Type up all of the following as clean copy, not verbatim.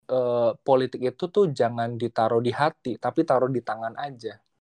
politik itu tuh jangan ditaruh di hati, tapi taruh di tangan aja.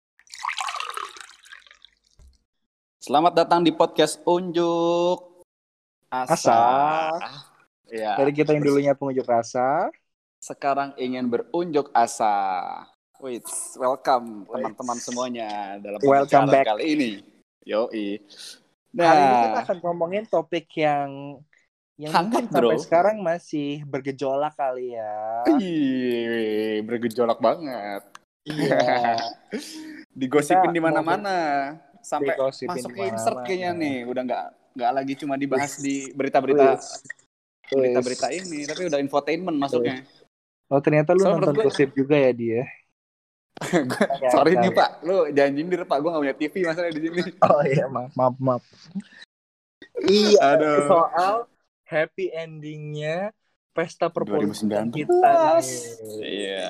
Selamat datang di podcast Unjuk Asa. Ya. Dari kita yang dulunya pengunjuk rasa, Sekarang ingin berunjuk asa. Wait, welcome teman-teman semuanya dalam welcome pembicaraan back. kali ini. Yoi. Hari ini kita akan ngomongin topik yang hangat, mungkin sampai sekarang masih bergejolak kali ya. Bergejolak banget. Iya. Digosipin di mana-mana. Sampai digosipin masuk ke dimana-mana. insert kayaknya nih. Udah nggak lagi cuma dibahas di berita-berita ini, tapi udah infotainment masuknya. Oh, ternyata lu nonton gosip juga ya dia. Sorry nih Pak, lu jangan nyindir Pak, gue gak punya TV masalahnya di sini. Oh iya, maaf. Iya, soal happy endingnya pesta perpolitikan kita nih. Iya.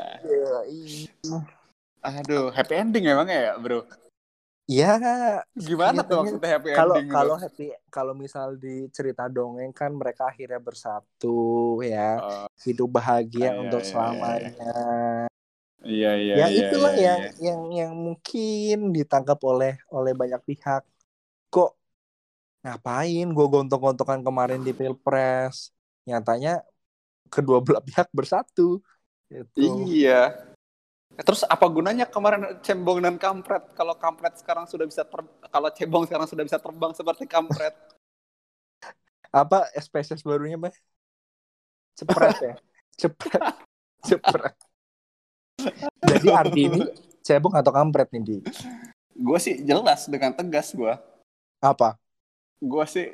Aduh, happy ending emangnya ya, bro? Ya, gimana tuh maksudnya happy ending? Kalau misal di cerita dongeng kan mereka akhirnya bersatu ya, hidup bahagia untuk selamanya. Iya. Yang mungkin ditangkap oleh banyak pihak. Kok ngapain gue gontok-gontokan kemarin di Pilpres? Nyatanya kedua belah pihak bersatu. Gitu. Iya. Terus apa gunanya kemarin cebong dan kampret kalau kampret sekarang sudah bisa kalau cebong sekarang sudah bisa terbang seperti kampret? Apa spesies barunya, Mbak? Cepret ya? Cepret. Jadi arti ini cebong atau kampret nih, Di? Gue sih jelas dengan tegas gue. Apa? Gue sih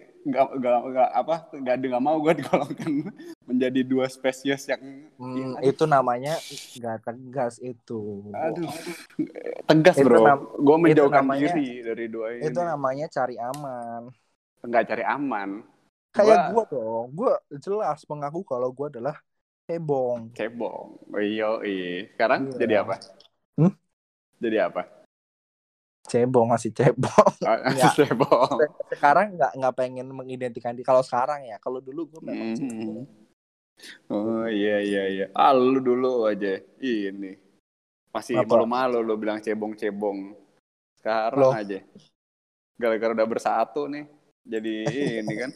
nggak mau gue digolongkan menjadi dua spesies yang itu namanya nggak tegas itu. Aduh, tegas itu bro. Gue menjauhkan diri dari dua ini. Itu namanya cari aman. Nggak cari aman. Kayak gue dong. Gue jelas mengaku kalau gue adalah cebong. Oh iya. Sekarang jadi apa? Jadi apa? Cebong, masih cebong. Cebong. Sekarang nggak pengen mengidentikan diri. Kalau sekarang ya, kalau dulu gue memang cebong. Oh iya. Lu dulu aja ini masih malu-malu lu bilang cebong. Sekarang aja gara-gara udah bersatu nih jadi ini kan.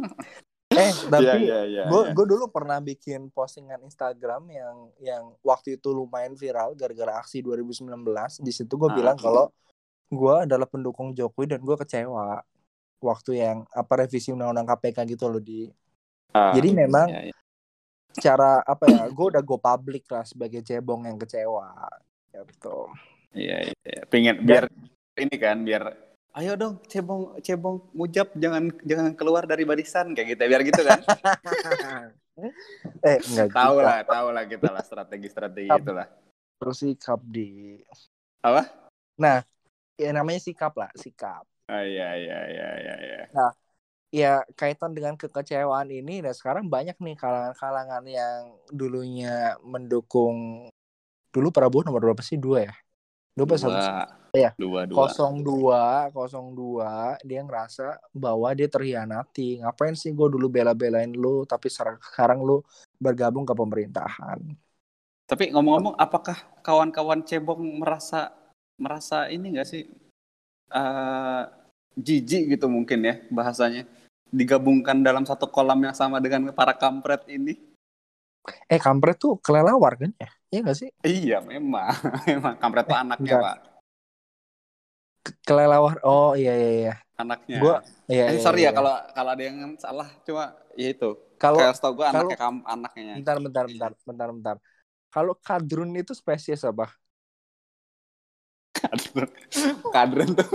Tapi gue dulu pernah bikin postingan Instagram yang waktu itu lumayan viral gara-gara aksi 2019. Di situ gue bilang kalau gue adalah pendukung Jokowi dan gue kecewa waktu yang revisi undang-undang KPK gitu loh di. Jadi memang cara gue udah go public lah sebagai cebong yang kecewa gitu. Iya. Pengen biar ini kan biar ayo dong cebong mujab jangan keluar dari barisan kayak gitu biar gitu kan. Tahu lah kita lah strategi itulah. Bersikap di apa? Nah, ya namanya sikap. Iya. Nah, ya kaitan dengan kekecewaan ini, dan sekarang banyak nih kalangan yang dulunya mendukung dulu Prabowo nomor berapa sih? 2 ya? 2 ya. 02 dia ngerasa bahwa dia terhianati. Ngapain sih gue dulu bela-belain lu tapi sekarang lu bergabung ke pemerintahan. Tapi ngomong-ngomong, apakah kawan-kawan cebong merasa ini nggak sih jijik gitu mungkin ya bahasanya digabungkan dalam satu kolam yang sama dengan para kampret ini? Kampret tuh kelelawar kan ya? Iya nggak sih? Iya memang kampret tuh anaknya Pak. Kelelawar. Oh iya. Anaknya. Sorry ya kalau ada yang salah, cuma ya itu. Kayak setahu gue anaknya. Bentar. Kalau kadrun itu spesies apa? Kadrun tuh.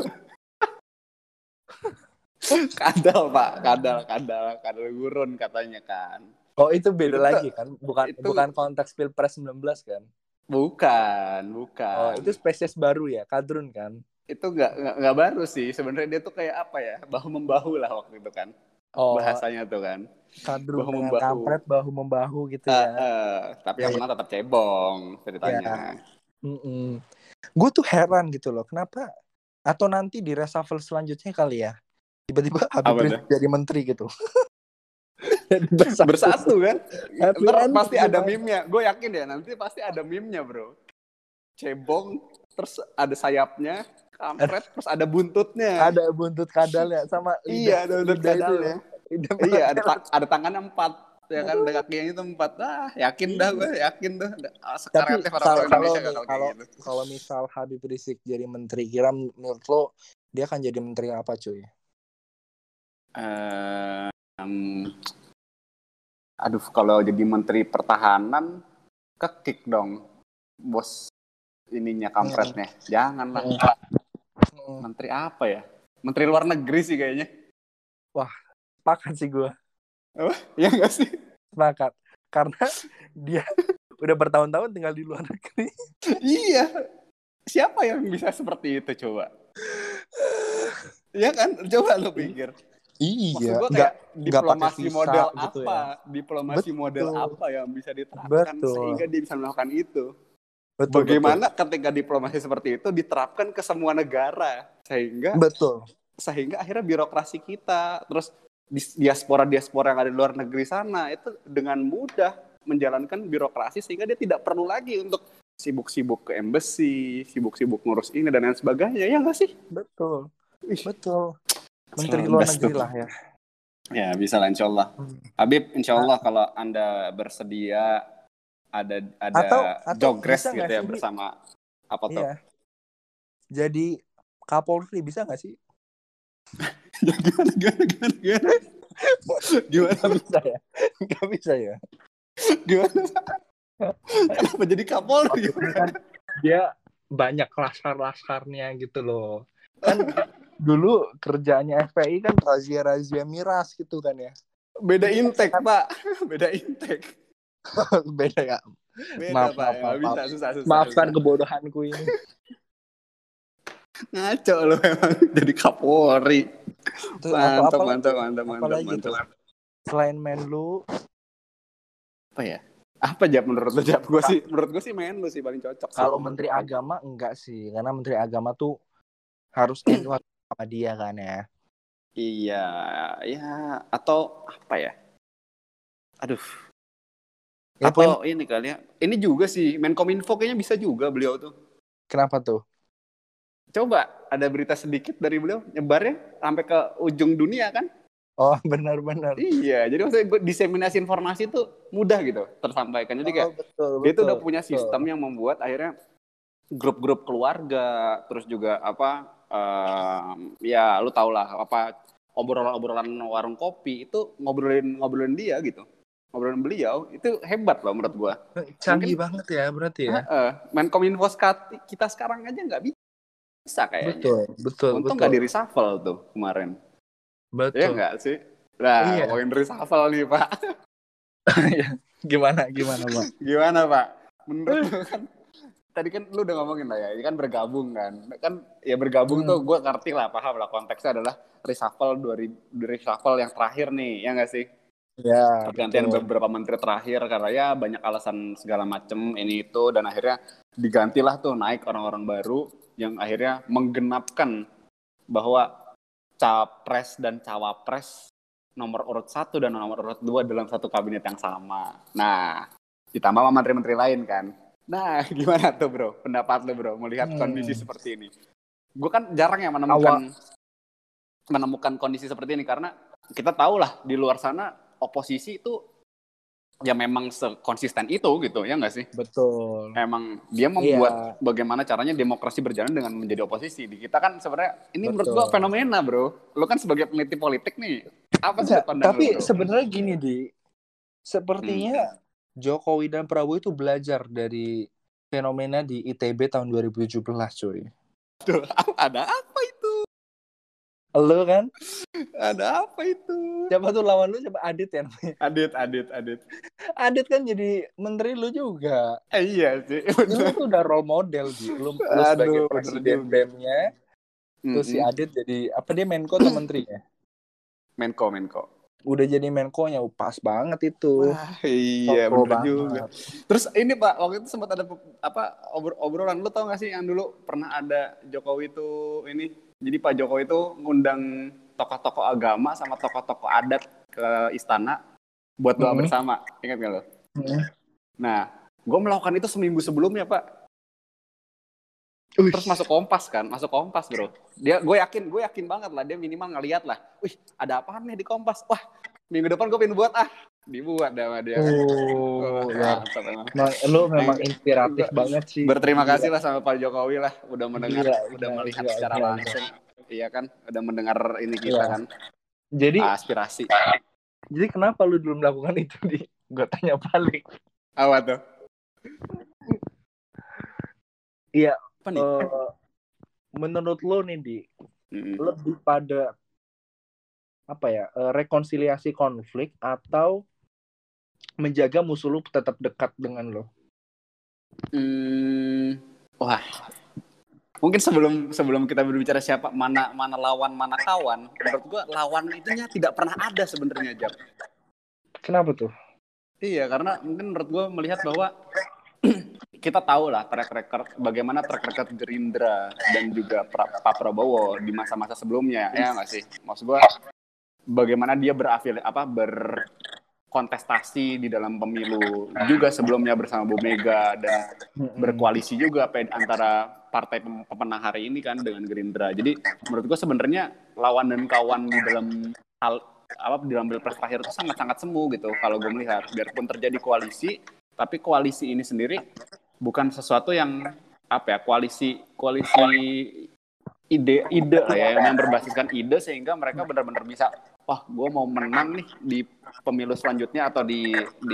Kadal Pak, kadal gurun katanya kan. Oh itu beda lagi kan? Bukan konteks Pilpres 19 kan? Bukan. Oh itu spesies baru ya, kadrun kan? Itu nggak baru sih sebenarnya, dia tuh kayak apa ya, bahu membahu lah waktu itu kan. Bahasanya tuh kan. Kadrun bahu dengan kampret bahu membahu gitu ya. Tapi yang menang tetap cebong ceritanya. Gue tuh heran gitu loh, kenapa? Atau nanti di reshuffle selanjutnya kali ya, tiba-tiba Habib Rizik jadi menteri gitu. Bersatu kan. Ntar pasti ada meme-nya. Gue yakin ya nanti pasti ada meme-nya bro. Cebong, terus ada sayapnya, kampret, terus ada buntutnya. Ada buntut kadalnya sama lidah. Iya, ada buntut kadalnya. Iya, ada tangannya 4. Ya kan, ada kakinya itu 4. Yakin dah gue, yakin tuh. Tapi kalau misal Habib Rizik jadi menteri, kira menurut lo dia akan jadi menteri apa cuy? Aduh, kalau jadi menteri pertahanan kekik dong bos ininya kampretnya. Janganlah. Menteri apa ya? Menteri luar negeri sih kayaknya. Wah, sepakat sih gue. Ya nggak sih? Sepakat. Karena dia udah bertahun-tahun tinggal di luar negeri. Iya. Siapa yang bisa seperti itu coba? Iya kan? Coba lo pikir. Iya. Maksud gue kayak diplomasi model gitu apa? Ya. Diplomasi model apa yang bisa diterapkan sehingga dia bisa melakukan itu? Bagaimana ketika diplomasi seperti itu diterapkan ke semua negara sehingga akhirnya birokrasi kita, terus diaspora yang ada di luar negeri sana itu dengan mudah menjalankan birokrasi sehingga dia tidak perlu lagi untuk sibuk-sibuk ke embassy, sibuk-sibuk ngurus ini dan lain sebagainya, ya nggak sih? Betul. Menteri luar negeri lah ya. Ya bisa lah insyaallah. Habib insyaallah kalau Anda bersedia ada jogres gitu ya bersama apa tuh? Iya. Jadi Kapolri bisa nggak sih? Gimana bisa ya? Nggak bisa ya? Gimana? Kenapa jadi Kapolri? Kan dia banyak laskar-laskarnya gitu loh. Kan dulu kerjaannya FPI kan razia miras gitu kan ya. Beda intake Pak. Beda intake. Beda ya. Maaf. Susah. Maafkan kebodohanku ini. Ngaco lo emang jadi Kapolri. Mantap. Selain Menlu apa ya? Apa Jap menurut lo Jap? Menurut gue sih Menlu sih paling cocok. Kalau Menteri Agama enggak sih, karena Menteri Agama tuh harus NU sama dia kan ya. Iya, ya atau apa ya? Aduh. Ya, atau ini kali ya. Ini juga sih Menkominfo kayaknya bisa juga beliau tuh. Kenapa tuh? Coba ada berita sedikit dari beliau nyebarnya sampai ke ujung dunia kan? Oh benar. Iya, jadi maksudnya diseminasi informasi itu mudah gitu tersampaikan. Jadi kayak dia tuh udah punya sistem yang membuat akhirnya grup-grup keluarga, terus juga apa? Ya lu tau lah apa obrolan warung kopi itu ngobrolin dia gitu. Ngobrolin beliau itu hebat loh menurut gua. Canggih banget ya berarti ya. Menkominfo kita sekarang aja nggak bisa kayaknya. Betul. Untung nggak di reshuffle tuh kemarin. Betul. Ya nggak sih? Nah, ngomongin reshuffle nih Pak. Gimana Pak? Gimana Pak? Menurut lu kan tadi kan lu udah ngomongin lah ya, ini kan bergabung kan. Kan ya bergabung tuh gue ngerti lah, paham lah konteksnya adalah reshuffle yang terakhir nih, ya nggak sih? Ya. Pergantian beberapa menteri terakhir karena ya banyak alasan segala macem ini itu dan akhirnya digantilah tuh naik orang-orang baru yang akhirnya menggenapkan bahwa capres dan cawapres nomor urut 1 dan nomor urut 2 dalam satu kabinet yang sama. Nah, ditambah sama menteri-menteri lain kan. Nah, gimana tuh bro? Pendapat lu bro melihat kondisi seperti ini? Gue kan jarang ya menemukan kondisi seperti ini karena kita tahu lah di luar sana oposisi itu ya memang sekonsisten itu gitu ya nggak sih? Betul. Emang dia membuat bagaimana caranya demokrasi berjalan dengan menjadi oposisi. Di kita kan sebenarnya ini menurut gua fenomena bro. Lu kan sebagai peneliti politik nih. Apa sih tapi sebenarnya gini sepertinya Jokowi dan Prabowo itu belajar dari fenomena di ITB tahun 2017 cuy. Tuh, ada apa itu? Lo kan? Ada apa itu? Siapa tuh lawan lu? Siapa? Adit ya namanya? Adit. Adit kan jadi menteri lu juga. Iya sih. Lu tuh udah role model gitu. Lu sebagai presiden BEM-nya. Terus si Adit jadi apa dia Menko atau menterinya? Menko. Udah jadi Menko-nya pas banget itu. Wah, iya bener juga. Terus ini Pak, waktu itu sempat ada obrolan lu tau gak sih yang dulu pernah ada Jokowi itu ini. Jadi Pak Jokowi itu ngundang tokoh-tokoh agama sama tokoh-tokoh adat ke istana buat doa bersama, ingat nggak lo? Nah, gue melakukan itu seminggu sebelumnya, Pak. Terus masuk Kompas bro. Gue yakin banget lah, dia minimal ngeliat lah. Wih, ada apaan nih di Kompas? Wah, minggu depan gue pengen buat dibuat sama dia. Lu memang inspiratif banget sih. Berterima kasih lah sama Pak Jokowi lah, udah mendengar, melihat secara langsung. Iya kan, udah mendengar ini kita kan. Jadi aspirasi. Jadi kenapa lu belum melakukan itu gue tanya balik. Apa tuh? Iya. Menurut lo nih lebih pada apa ya, rekonsiliasi konflik atau menjaga musuh lo tetap dekat dengan lo? Wah, mungkin sebelum kita berbicara siapa mana lawan mana kawan, menurut gua lawan itunya tidak pernah ada sebenarnya, Jam. Kenapa tuh? Iya, karena mungkin menurut gua melihat bahwa kita tahu lah bagaimana track record Gerindra dan juga Pak Prabowo di masa-masa sebelumnya, ya nggak sih? Maksud gue, bagaimana dia berkontestasi di dalam pemilu juga sebelumnya bersama Bu Mega dan berkoalisi juga antara partai pemenang hari ini kan dengan Gerindra. Jadi menurut gue sebenarnya lawan dan kawan di dalam di dalam Pilpres terakhir itu sangat-sangat semu gitu kalau gue melihat. Biarpun terjadi koalisi, tapi koalisi ini sendiri bukan sesuatu yang koalisi ide lah ya, yang berbasiskan ide sehingga mereka benar-benar bisa, gue mau menang nih di pemilu selanjutnya atau di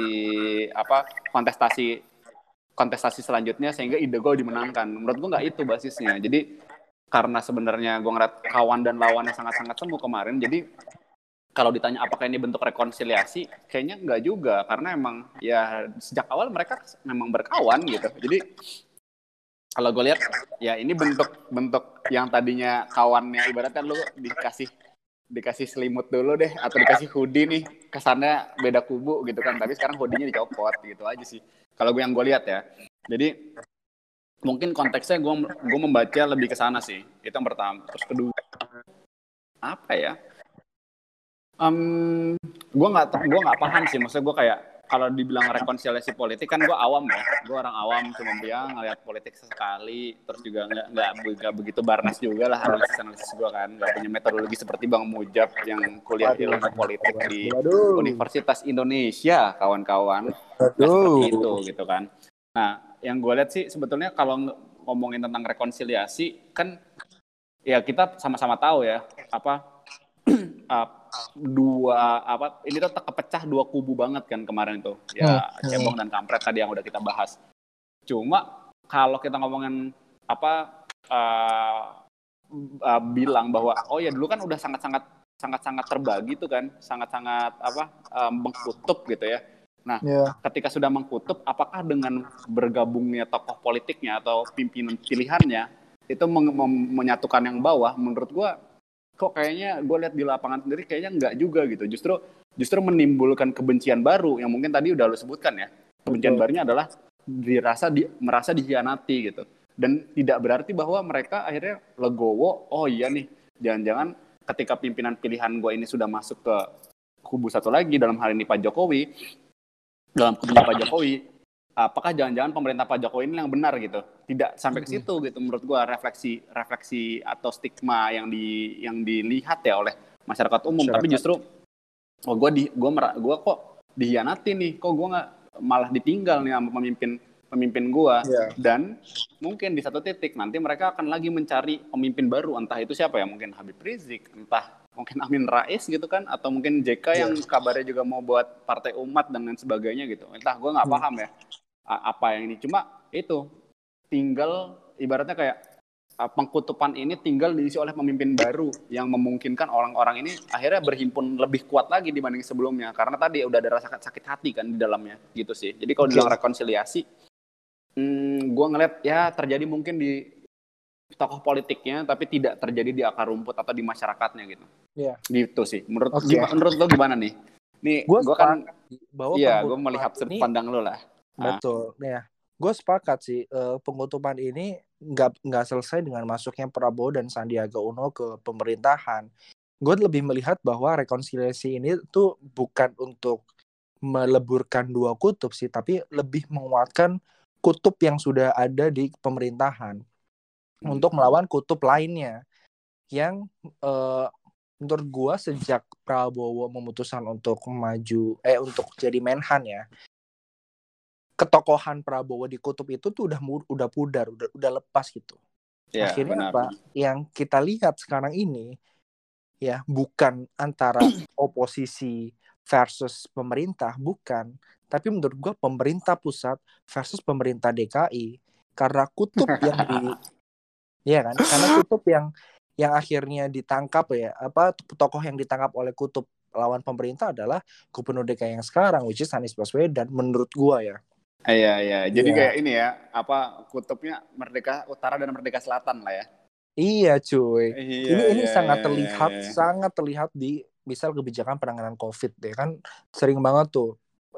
kontestasi selanjutnya sehingga ide gue dimenangkan. Menurut gue nggak itu basisnya. Jadi karena sebenarnya gue ngeliat kawan dan lawannya sangat-sangat semu kemarin, jadi kalau ditanya apakah ini bentuk rekonsiliasi, kayaknya enggak juga, karena emang ya sejak awal mereka memang berkawan gitu. Jadi kalau gue lihat ya ini bentuk yang tadinya kawannya, ibaratnya lu dikasih selimut dulu deh atau dikasih hoodie nih, kesannya beda kubu gitu kan, tapi sekarang hoodie-nya dicopot gitu aja sih. Kalau yang gue lihat ya. Jadi mungkin konteksnya gue membaca lebih ke sana sih. Itu yang pertama. Terus kedua apa ya? Gue nggak paham sih, maksudnya gue kayak kalau dibilang rekonsiliasi politik kan gue awam ya, gue orang awam, cuma dia ngeliat politik sesekali, terus juga nggak begitu barnes juga lah analisis gue kan, nggak punya metodologi seperti Bang Mujab yang kuliah ilmu politik di Universitas Indonesia, kawan-kawan, nggak seperti itu gitu kan. Nah, yang gue lihat sih sebetulnya kalau ngomongin tentang rekonsiliasi kan ya kita sama-sama tahu ya ini tuh kepecah dua kubu banget kan kemarin itu ya, cebong dan kampret tadi yang udah kita bahas. Cuma kalau kita ngomongin bilang bahwa ya dulu kan udah sangat-sangat terbagi tuh kan, sangat-sangat mengkutub gitu ya. Nah, ketika sudah mengkutub, apakah dengan bergabungnya tokoh politiknya atau pimpinan pilihannya itu menyatukan yang bawah? Menurut gua kok kayaknya gue lihat di lapangan sendiri kayaknya enggak juga gitu. Justru menimbulkan kebencian baru yang mungkin tadi udah lo sebutkan ya. Kebencian barunya adalah merasa dikhianati gitu. Dan tidak berarti bahwa mereka akhirnya legowo, oh iya nih, jangan-jangan ketika pimpinan pilihan gue ini sudah masuk ke kubu satu lagi, dalam hal ini Pak Jokowi, dalam kubunya Pak Jokowi, apakah jangan-jangan pemerintah Pak Jokowi ini yang benar gitu? Tidak sampai ke situ gitu. Menurut gue refleksi atau stigma yang dilihat ya oleh masyarakat umum. Tapi justru gue kok dihianati nih, kok gue nggak malah ditinggal nih sama pemimpin gue. Dan mungkin di satu titik nanti mereka akan lagi mencari pemimpin baru, entah itu siapa ya, mungkin Habib Rizik, entah mungkin Amin Rais gitu kan, atau mungkin JK yang kabarnya juga mau buat partai umat dan lain sebagainya gitu. Entah, gue nggak paham ya apa yang ini. Cuma itu tinggal ibaratnya kayak pengkutupan ini tinggal diisi oleh pemimpin baru yang memungkinkan orang-orang ini akhirnya berhimpun lebih kuat lagi dibanding sebelumnya, karena tadi udah ada rasa sakit hati kan di dalamnya gitu sih. Jadi kalau dibilang rekonsiliasi, gue ngeliat ya terjadi mungkin di tokoh politiknya, tapi tidak terjadi di akar rumput atau di masyarakatnya gitu. Gitu sih. Menurut lo gimana nih? Nih gue kan gue melihat sudut pandang lo lah. Betul. Ya, gue sepakat sih, pengutuban ini nggak selesai dengan masuknya Prabowo dan Sandiaga Uno ke pemerintahan. Gue lebih melihat bahwa rekonsiliasi ini tuh bukan untuk meleburkan dua kutub sih, tapi lebih menguatkan kutub yang sudah ada di pemerintahan untuk melawan kutub lainnya yang menurut gua sejak Prabowo memutuskan untuk untuk jadi Menhan ya, ketokohan Prabowo di kutub itu tuh udah pudar, udah lepas gitu. Ya, akhirnya benar. Apa yang kita lihat sekarang ini ya bukan antara oposisi versus pemerintah, bukan, tapi menurut gua pemerintah pusat versus pemerintah DKI, karena kutub yang ya kan, karena kutub yang akhirnya ditangkap ya, tokoh yang ditangkap oleh kutub lawan pemerintah adalah Gubernur DKI yang sekarang, which is Anies Baswedan, menurut gua ya. Iya. Jadi kayak ini ya, kutubnya Merdeka Utara dan Merdeka Selatan lah ya. Iya cuy. Ini sangat terlihat di misal kebijakan penanganan COVID deh, kan sering banget tuh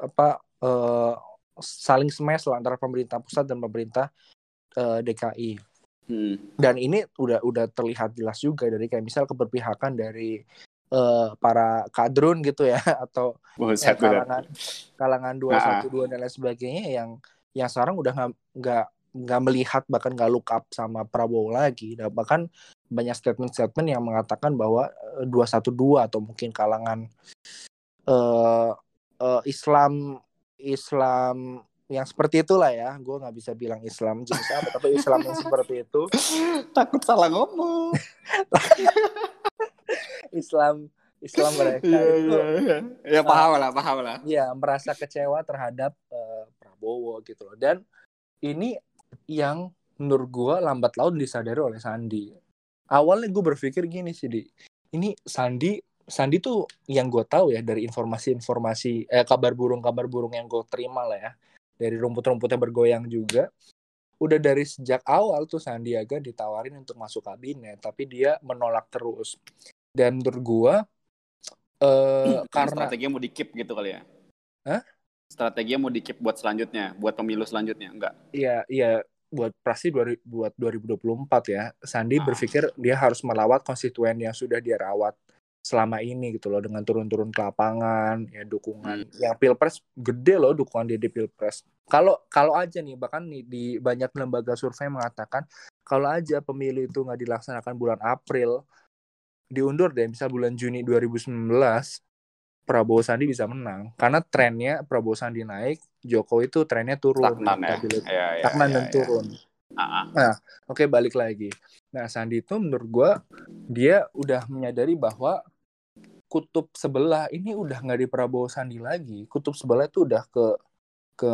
saling smash lah antara pemerintah pusat dan pemerintah DKI. Dan ini udah terlihat jelas juga dari kayak misal keberpihakan dari para kadrun gitu ya, atau kalangan 212 dan lain sebagainya yang sekarang udah nggak melihat, bahkan nggak look up sama Prabowo lagi. Dan bahkan banyak statement yang mengatakan bahwa 212 atau mungkin kalangan Islam yang seperti itulah ya, gue nggak bisa bilang Islam jenis apa, tapi Islam yang seperti itu. Takut salah ngomong. Islam mereka itu ya paham lah. Ya, merasa kecewa terhadap Prabowo gitu loh. Dan ini yang menurut gue lambat laun disadari oleh Sandi. Awalnya gue berpikir gini sih, ini Sandi tuh yang gue tahu ya dari informasi kabar burung yang gue terima lah ya, dari rumput-rumputnya bergoyang juga. Udah dari sejak awal tuh Sandiaga ditawarin untuk masuk kabinet, tapi dia menolak terus. Dan menurut gue karena strateginya mau di-keep gitu kali ya? Hah? Strateginya mau di-keep buat selanjutnya, buat pemilu selanjutnya, enggak? Iya, buat 2024 ya. Sandi berpikir dia harus melawat konstituen yang sudah dia rawat selama ini gitu loh, dengan turun-turun ke lapangan, ya dukungan. Yang Pilpres gede loh dukungan dia di Pilpres. Kalau aja nih, bahkan nih di banyak lembaga survei mengatakan kalau aja pemilu itu nggak dilaksanakan bulan April, diundur deh, misal bulan Juni 2019, Prabowo Sandi bisa menang. Karena trennya Prabowo Sandi naik, Jokowi itu trennya turun. Stagnan dan turun. Nah, oke, balik lagi. Nah, Sandi itu menurut gue, dia udah menyadari bahwa kutub sebelah ini udah nggak di Prabowo Sandi lagi. Kutub sebelah itu udah ke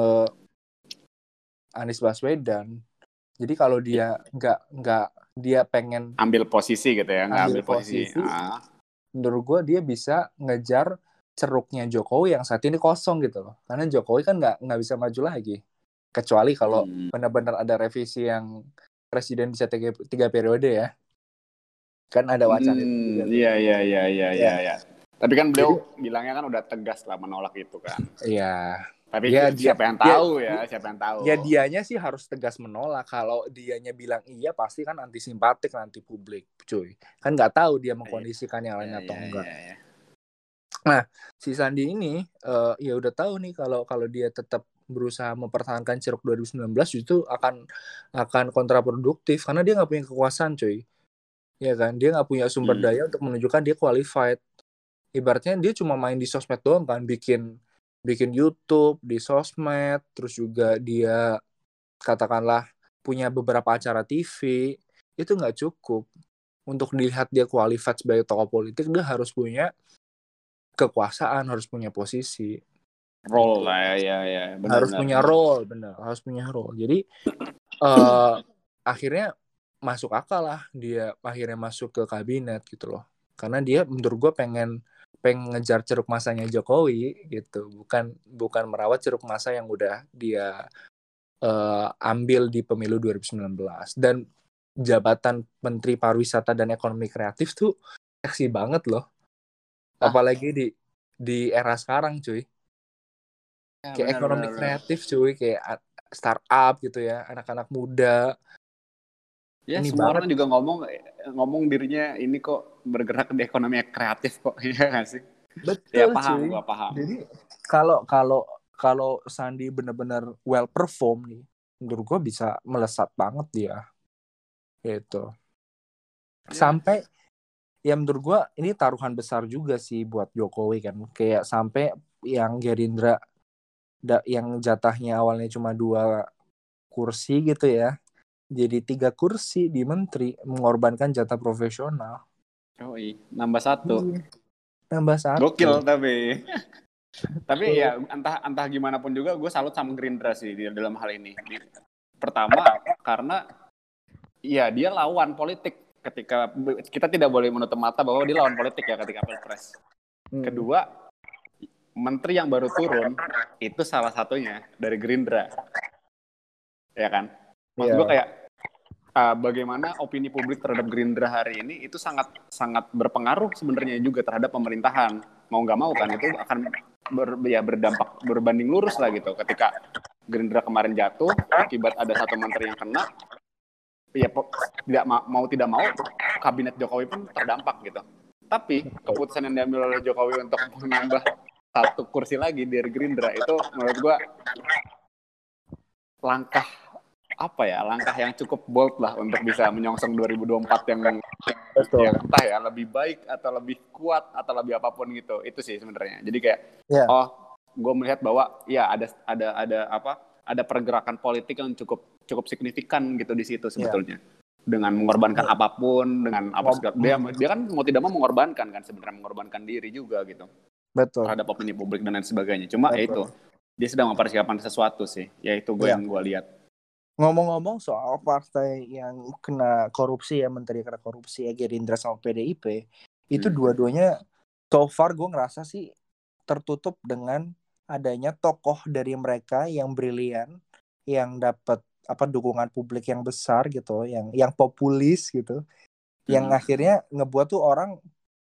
Anies Baswedan. Jadi kalau dia dia pengen ambil posisi gitu ya, ambil posisi. Menurut gue dia bisa ngejar ceruknya Jokowi yang saat ini kosong gitu loh. Karena Jokowi kan nggak bisa maju lagi. Kecuali kalau benar-benar ada revisi yang presiden bisa 3 periode ya. Kan ada wacana itu. Iya. Tapi kan beliau bilangnya kan udah tegas lah menolak itu kan. Iya. Tapi siapa yang tahu ya. Ya dianya sih harus tegas menolak. Kalau dianya bilang iya, pasti kan anti simpatik nanti publik, cuy. Kan nggak tahu dia mengkondisikan yang lain atau enggak. Nah, si Sandi ini ya udah tahu nih kalau dia tetap berusaha mempertahankan ceruk 2019 itu akan kontraproduktif, karena dia nggak punya kekuasaan, cuy. Ya kan, dia nggak punya sumber daya untuk menunjukkan dia qualified. Ibaratnya dia cuma main di sosmed doang kan, bikin YouTube di sosmed, terus juga dia katakanlah punya beberapa acara TV, itu nggak cukup untuk dilihat dia qualified sebagai tokoh politik. Dia harus punya kekuasaan, harus punya posisi, role lah ya. Harus punya role. Jadi akhirnya masuk akal lah dia akhirnya masuk ke kabinet gitu loh, karena dia menurut gue pengen ngejar ceruk masanya Jokowi gitu, bukan merawat ceruk masa yang udah dia ambil di pemilu 2019. Dan jabatan Menteri Pariwisata dan Ekonomi Kreatif tuh seksi banget loh, apalagi di era sekarang, cuy. Kayak ekonomi kreatif, cuy, kayak startup gitu ya, anak-anak muda. Ya, ini semua orang juga ngomong dirinya ini kok bergerak di ekonomi kreatif kok, iya nggak sih? Betul, ya paham, cuy. gua paham. Jadi kalau Sandi benar-benar well perform nih, menurut gua bisa melesat banget dia. Gitu. Sampai ya menurut gua ini taruhan besar juga sih buat Jokowi kan. Kayak sampai yang Gerindra yang jatahnya awalnya cuma 2 kursi gitu ya. Jadi 3 kursi di menteri, mengorbankan jatah profesional. Nambah 1. Nambah 1. Gokil tapi ya entah gimana pun juga gue salut sama Gerindra sih dalam hal ini. Pertama karena ya dia lawan politik, ketika kita tidak boleh menutup mata bahwa dia lawan politik ya ketika Pilpres. Kedua, menteri yang baru turun itu salah satunya dari Gerindra. Ya kan? Maksud gue kayak bagaimana opini publik terhadap Gerindra hari ini itu sangat berpengaruh sebenarnya juga terhadap pemerintahan. Mau nggak mau kan itu akan berdampak berbanding lurus lah gitu. Ketika Gerindra kemarin jatuh akibat ada satu menteri yang kena, ya tidak mau kabinet Jokowi pun terdampak gitu. Tapi keputusan yang diambil oleh Jokowi untuk menambah 1 kursi lagi dari Gerindra itu menurut gua langkah yang cukup bold lah untuk bisa menyongsong 2024 yang ya entah ya lebih baik atau lebih kuat atau lebih apapun gitu. Itu sih sebenarnya. Jadi kayak gue melihat bahwa ya ada pergerakan politik yang cukup signifikan gitu di situ sebetulnya. Dengan mengorbankan apapun, dengan apa segala. Dia kan mau tidak mau mengorbankan kan sebenarnya, mengorbankan diri juga gitu. Betul. Terhadap opini publik dan lain sebagainya. Cuma ya itu dia sedang mempersiapkan sesuatu sih. Yaitu yang gue lihat. Ngomong-ngomong soal partai yang kena korupsi ya, menteri kena korupsi ya, Gerindra sama PDIP, itu dua-duanya so far gue ngerasa sih tertutup dengan adanya tokoh dari mereka yang brilian, yang dapat dukungan publik yang besar gitu, yang populis gitu, yang akhirnya ngebuat tuh orang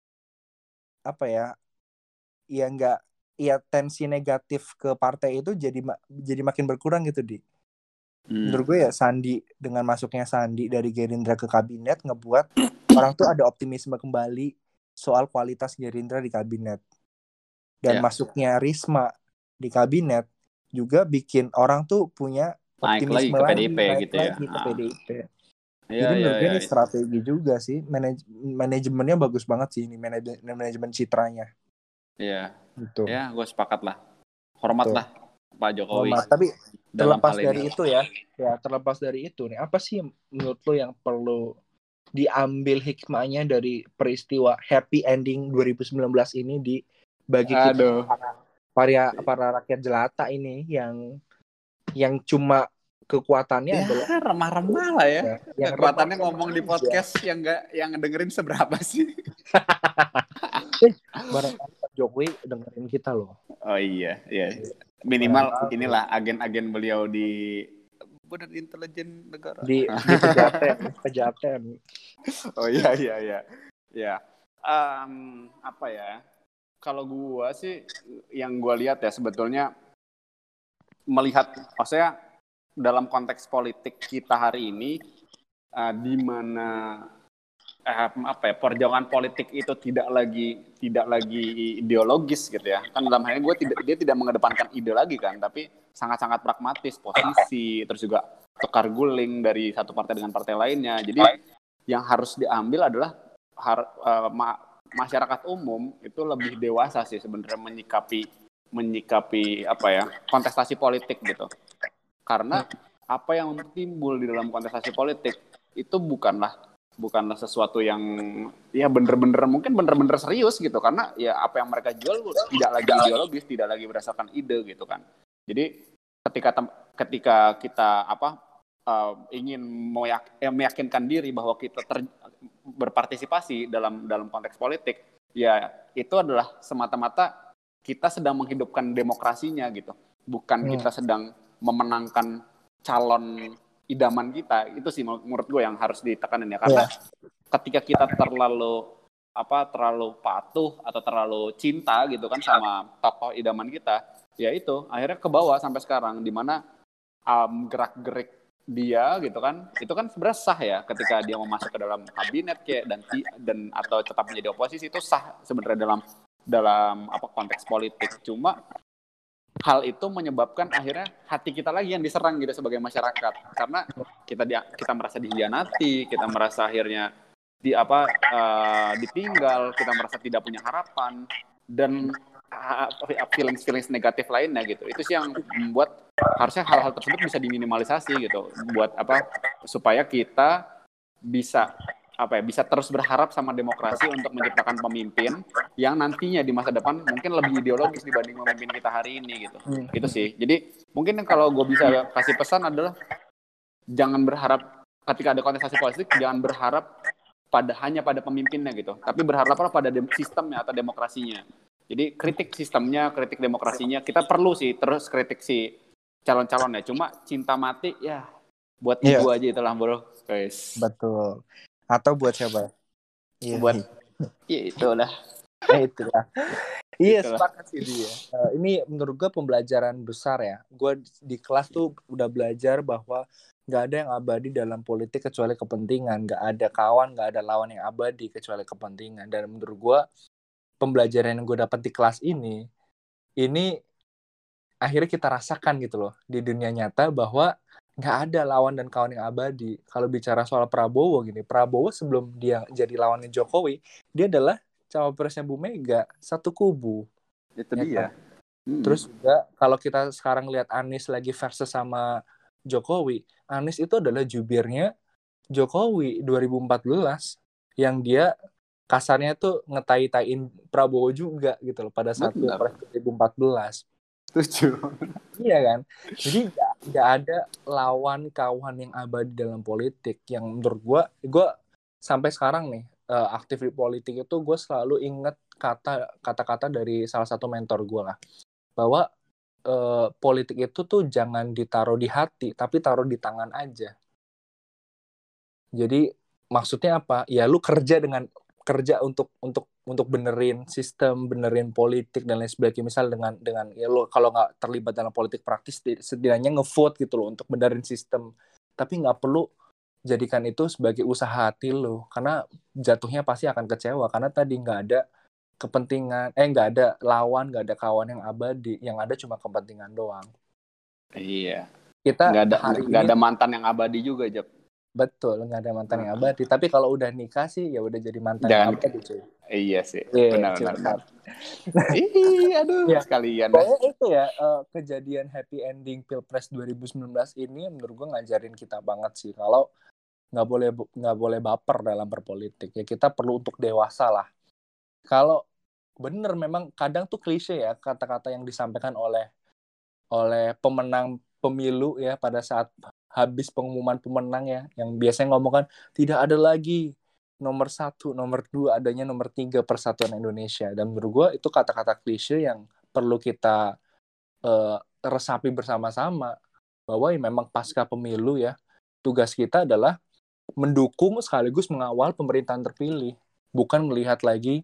tensi negatif ke partai itu jadi makin berkurang gitu Menurut gue ya dengan masuknya Sandi dari Gerindra ke kabinet ngebuat orang tuh ada optimisme kembali soal kualitas Gerindra di kabinet. Dan masuknya Risma di kabinet juga bikin orang tuh punya optimisme lagi ke PDIP. Jadi menurut gue ini strategi juga sih, manajemennya bagus banget sih ini, manajemen citranya. Iya. Gitu. Ya, gue sepakat lah. Hormat lah Pak Jokowi. Tapi terlepas dari itu terlepas dari itu nih, apa sih menurut lo yang perlu diambil hikmahnya dari peristiwa happy ending 2019 ini bagi kita para rakyat jelata ini yang cuma kekuatannya adalah remah-remah lah ya. Kekuatannya ngomong di podcast yang dengerin seberapa sih? Barangkali Pak Jokowi dengerin kita loh. Oh iya. Minimal inilah agen-agen beliau di Badan Intelijen Negara. Di Pejaten. Oh iya. Ya. Apa ya? Kalau gua sih yang gua lihat ya sebetulnya melihat maksudnya dalam konteks politik kita hari ini di mana perjuangan politik itu tidak lagi ideologis gitu ya. Kan dalam hal ini dia tidak mengedepankan ide lagi kan, tapi sangat-sangat pragmatis, posisi, terus juga tukar guling dari satu partai dengan partai lainnya. Jadi yang harus diambil adalah masyarakat umum itu lebih dewasa sih sebenarnya menyikapi kontestasi politik gitu. Karena apa yang timbul di dalam kontestasi politik itu bukanlah sesuatu yang ya bener-bener serius gitu, karena ya apa yang mereka jual tidak lagi ideologis, tidak lagi berdasarkan ide gitu kan. Jadi ketika kita ingin meyakinkan diri bahwa kita berpartisipasi dalam konteks politik, ya itu adalah semata-mata kita sedang menghidupkan demokrasinya gitu, bukan kita sedang memenangkan calon idaman kita. Itu sih menurut gue yang harus ditekanin ya, karena ketika kita terlalu patuh atau terlalu cinta gitu kan sama tokoh idaman kita, ya itu akhirnya ke bawah sampai sekarang, di mana gerak-gerik dia gitu kan, itu kan sebenarnya sah ya ketika dia mau masuk ke dalam kabinet kayak dan atau tetap menjadi oposisi, itu sah sebenarnya dalam dalam konteks politik. Cuma hal itu menyebabkan akhirnya hati kita lagi yang diserang gitu sebagai masyarakat, karena kita merasa dihianati, kita merasa akhirnya ditinggal, kita merasa tidak punya harapan dan feelings negatif lainnya gitu. Itu sih yang membuat harusnya hal-hal tersebut bisa diminimalisasi gitu, buat supaya kita bisa terus berharap sama demokrasi untuk menciptakan pemimpin yang nantinya di masa depan mungkin lebih ideologis dibanding pemimpin kita hari ini gitu. Itu sih. Jadi mungkin kalau gue bisa kasih pesan adalah jangan berharap ketika ada kontestasi politik, jangan berharap hanya pada pemimpinnya gitu, tapi berharaplah pada sistemnya atau demokrasinya. Jadi kritik sistemnya, kritik demokrasinya, kita perlu sih terus kritik si calon-calonnya. Cuma cinta mati ya buat ibu aja itulah bro. Guys. Betul. Atau buat siapa? Buat itulah. Itulah. Iya, sepakat sih dia. Ini menurut gue pembelajaran besar ya. Gue di kelas tuh udah belajar bahwa nggak ada yang abadi dalam politik kecuali kepentingan. Nggak ada kawan, nggak ada lawan yang abadi kecuali kepentingan. Dan menurut gue pembelajaran yang gue dapat di kelas ini akhirnya kita rasakan gitu loh di dunia nyata bahwa nggak ada lawan dan kawan yang abadi. Kalau bicara soal Prabowo sebelum dia jadi lawannya Jokowi, dia adalah cawapresnya Bu Mega, satu kubu. Itu ya dia. Kan? Terus juga kalau kita sekarang lihat Anies lagi versus sama Jokowi, Anies itu adalah jubirnya Jokowi 2014 yang dia kasarnya tuh ngetai-tain Prabowo juga gitu loh pada saat Pilpres 2014. Setuju. Iya kan? Jadi nggak ada lawan kawan yang abadi dalam politik. Yang menurut gue sampai sekarang nih aktif di politik itu gue selalu ingat kata-kata dari salah satu mentor gue lah, bahwa politik itu tuh jangan ditaruh di hati, tapi taruh di tangan aja. Jadi maksudnya apa? Ya lu kerja untuk benerin sistem, benerin politik dan lain sebagainya. Misal dengan ya lo kalau nggak terlibat dalam politik praktis, setidaknya ngevote gitu loh untuk benerin sistem. Tapi nggak perlu jadikan itu sebagai usaha hati lo, karena jatuhnya pasti akan kecewa karena tadi nggak ada kepentingan, nggak ada lawan, nggak ada kawan yang abadi, yang ada cuma kepentingan doang. Iya. Kita nggak ada mantan yang abadi juga, Jap. Betul, nggak ada mantan yang abadi. Tapi kalau udah nikah sih, ya udah jadi mantan yang abadi, cuy. Iya sih, benar. Aduh, sekalian. Pokoknya itu ya, kejadian happy ending Pilpres 2019 ini menurut gue ngajarin kita banget sih. Kalau nggak boleh baper dalam berpolitik. Ya kita perlu untuk dewasa lah. Kalau bener memang kadang tuh klise ya kata-kata yang disampaikan oleh pemenang pemilu ya pada saat habis pengumuman pemenang ya, yang biasanya ngomong kan tidak ada lagi nomor 1, nomor 2, adanya nomor 3 persatuan Indonesia. Dan menurut gue itu kata-kata klise yang perlu kita resapi bersama-sama, bahwa ya memang pasca pemilu ya tugas kita adalah mendukung sekaligus mengawal pemerintahan terpilih, bukan melihat lagi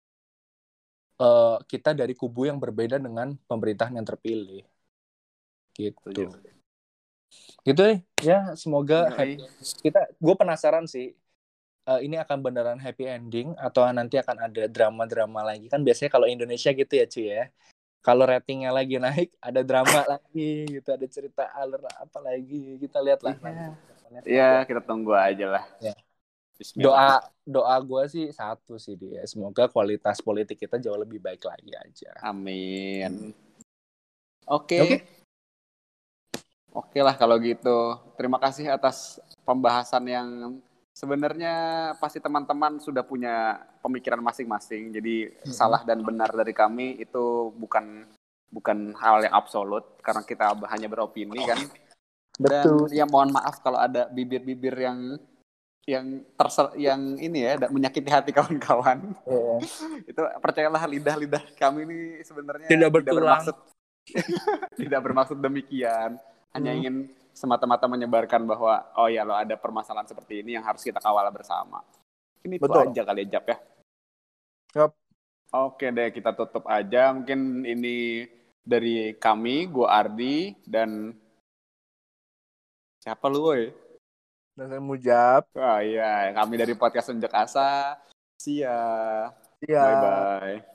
kita dari kubu yang berbeda dengan pemerintahan yang terpilih gitu. Gitu deh ya, semoga gue penasaran sih ini akan beneran happy ending atau nanti akan ada drama-drama lagi. Kan biasanya kalau Indonesia gitu ya cuy ya, kalau ratingnya lagi naik ada drama lagi gitu, ada cerita alur apa lagi, kita lihat lah. Iya, kita tunggu aja lah ya. Doa gue sih satu sih dia, semoga kualitas politik kita jauh lebih baik lagi aja. Amin. Oke lah kalau gitu. Terima kasih atas pembahasan yang sebenarnya pasti teman-teman sudah punya pemikiran masing-masing. Jadi salah dan benar dari kami itu bukan hal yang absolut karena kita hanya beropini kan. Dan ya mohon maaf kalau ada bibir-bibir yang ini ya menyakiti hati kawan-kawan. Itu percayalah, lidah-lidah kami ini sebenarnya tidak bermaksud demikian. Hanya ingin semata-mata menyebarkan bahwa oh ya lo ada permasalahan seperti ini yang harus kita kawal bersama. Ini itu aja kali ya, Jap ya. Yep. Oke deh, kita tutup aja. Mungkin ini dari kami, gue Ardi dan siapa lu woy? Dan saya Mujab. Iya, kami dari podcast Senjak Asa. See ya. Bye-bye.